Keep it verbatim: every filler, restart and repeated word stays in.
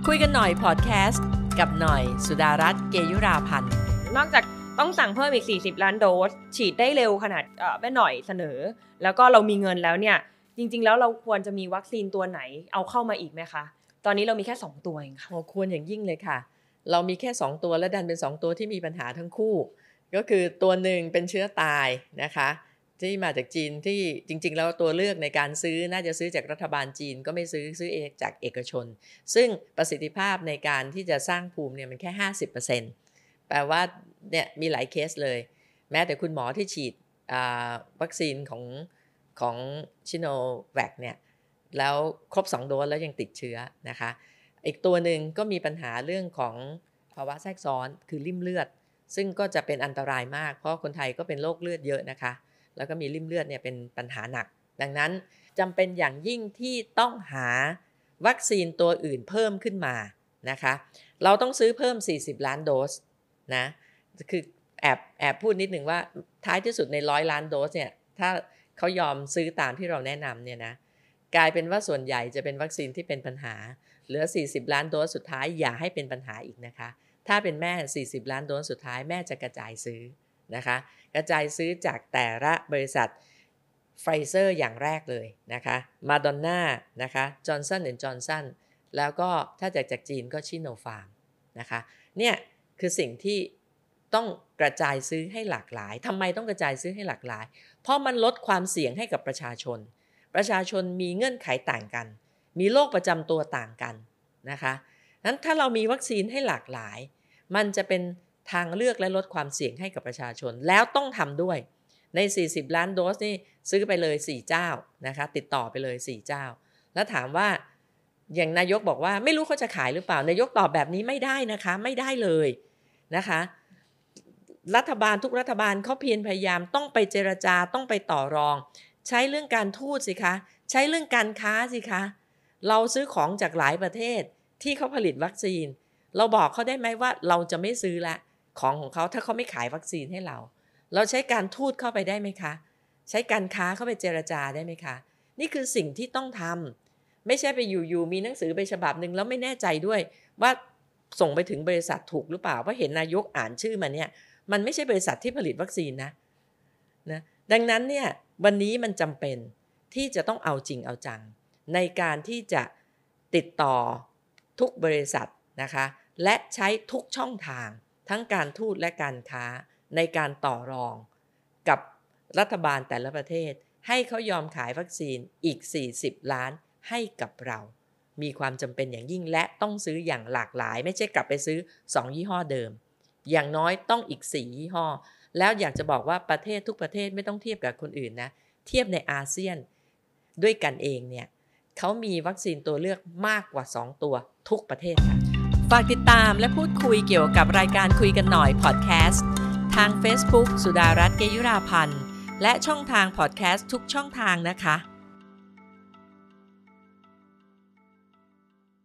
คุยกันหน่อยพอดแคสต์กับหน่อยสุดารัตน์เกยุราพันธ์นอกจากต้องสั่งเพิ่มอีกสี่สิบล้านโดสฉีดได้เร็วขนาดเอ่อแม่หน่อยเสนอแล้วก็เรามีเงินแล้วเนี่ยจริงๆแล้วเราควรจะมีวัคซีนตัวไหนเอาเข้ามาอีกไหมคะตอนนี้เรามีแค่สองตัวเองค่ะโอ้ควรอย่างยิ่งเลยค่ะเรามีแค่สองตัวและดันเป็นสองตัวที่มีปัญหาทั้งคู่ก็คือตัวหนึ่งเป็นเชื้อตายนะคะที่มาจากจีนที่จริงๆแล้วตัวเลือกในการซื้อน่าจะซื้อจากรัฐบาลจีนก็ไม่ซื้อซื้อเองจากเอกชนซึ่งประสิทธิภาพในการที่จะสร้างภูมิเนี่ยมันแค่ ห้าสิบเปอร์เซ็นต์ แปลว่าเนี่ยมีหลายเคสเลยแม้แต่คุณหมอที่ฉีดวัคซีนของของชิโนแวคเนี่ยแล้วครบสองโดสแล้วยังติดเชื้อนะคะอีกตัวหนึ่งก็มีปัญหาเรื่องของภาวะแทรกซ้อนคือริ่มเลือดซึ่งก็จะเป็นอันตรายมากเพราะคนไทยก็เป็นโรคเลือดเยอะนะคะแล้วก็มีริ่มเลือดเนี่ยเป็นปัญหาหนักดังนั้นจำเป็นอย่างยิ่งที่ต้องหาวัคซีนตัวอื่นเพิ่มขึ้นมานะคะเราต้องซื้อเพิ่มสี่สิบล้านโดสนะคือแอบแอบพูดนิดหนึ่งว่าท้ายที่สุดในร้อยล้านโดสเนี่ยถ้าเขายอมซื้อตามที่เราแนะนำเนี่ยนะกลายเป็นว่าส่วนใหญ่จะเป็นวัคซีนที่เป็นปัญหาเหลือสี่สิบล้านโดสสุดท้ายอย่าให้เป็นปัญหาอีกนะคะถ้าเป็นแม่สี่สิบล้านโดสสุดท้ายแม่จะกระจายซื้อนะคะกระจายซื้อจากแต่ละบริษัทไฟเซอร์อย่างแรกเลยนะคะมาดอนน่านะคะจอห์นสันแอนด์จอห์นสันแล้วก็ถ้าจากจากจีนก็ชิโนฟาร์มนะคะเนี่ยคือสิ่งที่ต้องกระจายซื้อให้หลากหลายทำไมต้องกระจายซื้อให้หลากหลายเพราะมันลดความเสี่ยงให้กับประชาชนประชาชนมีเงื่อนไขต่างกันมีโรคประจำตัวต่างกันนะคะนั้นถ้าเรามีวัคซีนให้หลากหลายมันจะเป็นทางเลือกและลดความเสี่ยงให้กับประชาชนแล้วต้องทำด้วยในสี่สิบล้านโดสนี่ซื้อไปเลยสี่เจ้านะคะติดต่อไปเลยสี่เจ้าแล้วถามว่าอย่างนายกบอกว่าไม่รู้เขาจะขายหรือเปล่านายกตอบแบบนี้ไม่ได้นะคะไม่ได้เลยนะคะรัฐบาลทุกรัฐบาลเขาเพียรพยายามต้องไปเจรจาต้องไปต่อรองใช้เรื่องการทูตสิคะใช้เรื่องการค้าสิคะเราซื้อของจากหลายประเทศที่เขาผลิตวัคซีนเราบอกเขาได้ไหมว่าเราจะไม่ซื้อละของของเขาถ้าเขาไม่ขายวัคซีนให้เราเราใช้การทูตเข้าไปได้ไหมคะใช้การค้าเข้าไปเจรจาได้ไหมคะนี่คือสิ่งที่ต้องทำไม่ใช่ไปอยู่ๆมีหนังสือไปฉบับหนึ่งแล้วไม่แน่ใจด้วยว่าส่งไปถึงบริษัทถูกหรือเปล่าเพราะเห็นนายกอ่านชื่อมาเนี่ยมันไม่ใช่บริษัทที่ผลิตวัคซีนนะนะดังนั้นเนี่ยวันนี้มันจำเป็นที่จะต้องเอาจริงเอาจังในการที่จะติดต่อทุกบริษัทนะคะและใช้ทุกช่องทางทั้งการทูตและการค้าในการต่อรองกับรัฐบาลแต่ละประเทศให้เขายอมขายวัคซีนอีกสี่สิบล้านให้กับเรามีความจำเป็นอย่างยิ่งและต้องซื้ออย่างหลากหลายไม่ใช่กลับไปซื้อสองยี่ห้อเดิมอย่างน้อยต้องอีกสี่ยี่ห้อแล้วอยากจะบอกว่าประเทศทุกประเทศไม่ต้องเทียบกับคนอื่นนะเทียบในอาเซียนด้วยกันเองเนี่ยเขามีวัคซีนตัวเลือกมากกว่าสองตัวทุกประเทศค่ะฝากติดตามและพูดคุยเกี่ยวกับรายการคุยกันหน่อยพอดแคสต์ทาง Facebook สุดารัตน์เกยุราพันธ์และช่องทางพอดแคสต์ทุกช่องทางนะคะ